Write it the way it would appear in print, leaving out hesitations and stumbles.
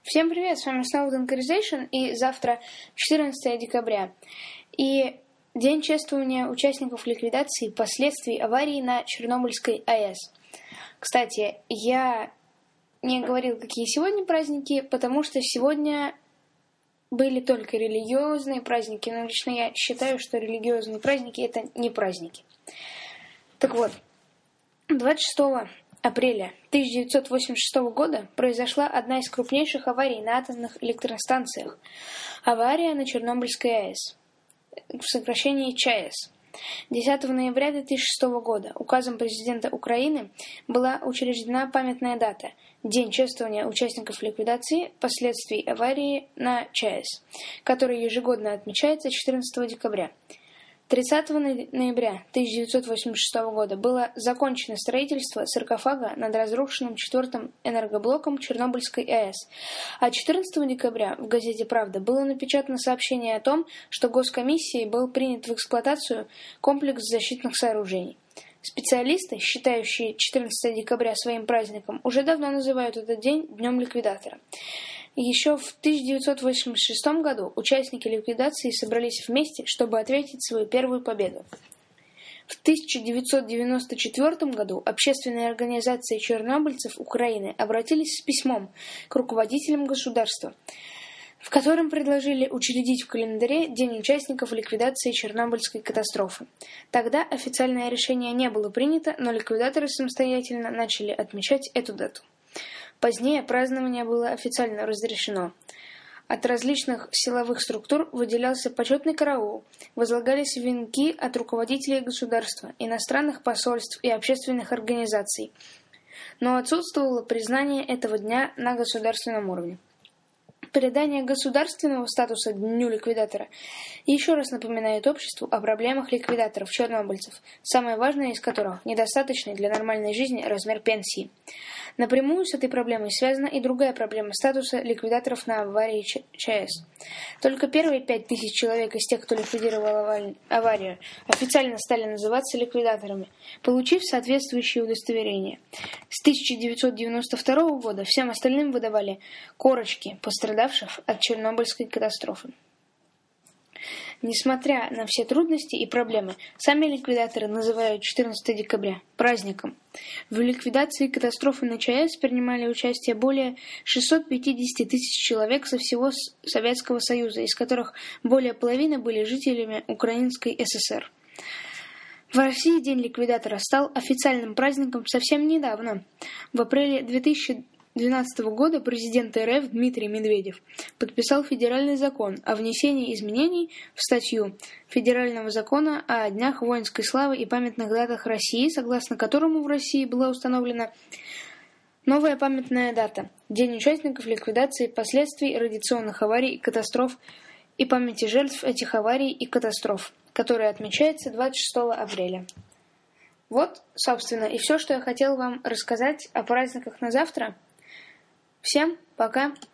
Всем привет, с вами снова Dankerization, и завтра 14 декабря. И день чествования участников ликвидации последствий аварии на Чернобыльской АЭС. Кстати, я не говорил, какие сегодня праздники, потому что сегодня были только религиозные праздники, но лично я считаю, что религиозные праздники – это не праздники. Так вот, 26 апреля 1986 года произошла одна из крупнейших аварий на атомных электростанциях – авария на Чернобыльской АЭС, в сокращении ЧАЭС. 10 ноября 2006 года указом президента Украины была учреждена памятная дата – День чествования участников ликвидации последствий аварии на ЧАЭС, который ежегодно отмечается 14 декабря. 30 ноября 1986 года было закончено строительство саркофага над разрушенным 4-м энергоблоком Чернобыльской АЭС, а 14 декабря в газете «Правда» было напечатано сообщение о том, что Госкомиссией был принят в эксплуатацию комплекс защитных сооружений. Специалисты, считающие 14 декабря своим праздником, уже давно называют этот день Днем ликвидатора. Еще в 1986 году участники ликвидации собрались вместе, чтобы отметить свою первую победу. В 1994 году общественные организации чернобыльцев Украины обратились с письмом к руководителям государства, в котором предложили учредить в календаре День участников ликвидации Чернобыльской катастрофы. Тогда официальное решение не было принято, но ликвидаторы самостоятельно начали отмечать эту дату. Позднее празднование было официально разрешено. От различных силовых структур выделялся почетный караул, возлагались венки от руководителей государства, иностранных посольств и общественных организаций. Но отсутствовало признание этого дня на государственном уровне. Придание государственного статуса Дню ликвидатора еще раз напоминает обществу о проблемах ликвидаторов-чернобыльцев, самое важное из которых – недостаточный для нормальной жизни размер пенсии. Напрямую с этой проблемой связана и другая проблема статуса ликвидаторов на аварии ЧАЭС. Только первые 5000 человек из тех, кто ликвидировал аварию, официально стали называться ликвидаторами, получив соответствующие удостоверения. С 1992 года всем остальным выдавали корочки пострадавших от Чернобыльской катастрофы. Несмотря на все трудности и проблемы, сами ликвидаторы называют 14 декабря праздником. В ликвидации катастрофы на ЧАЭС принимали участие более 650 тысяч человек со всего Советского Союза, из которых более половины были жителями Украинской ССР. В России День ликвидатора стал официальным праздником совсем недавно. В апреле 2012 года президент РФ Дмитрий Медведев подписал федеральный закон о внесении изменений в статью Федерального закона о днях воинской славы и памятных датах России, согласно которому в России была установлена новая памятная дата – День участников ликвидации последствий радиационных аварий и катастроф и памяти жертв этих аварий и катастроф, который отмечается 26 апреля. Вот, собственно, и все, что я хотел вам рассказать о праздниках на завтра. Всем пока!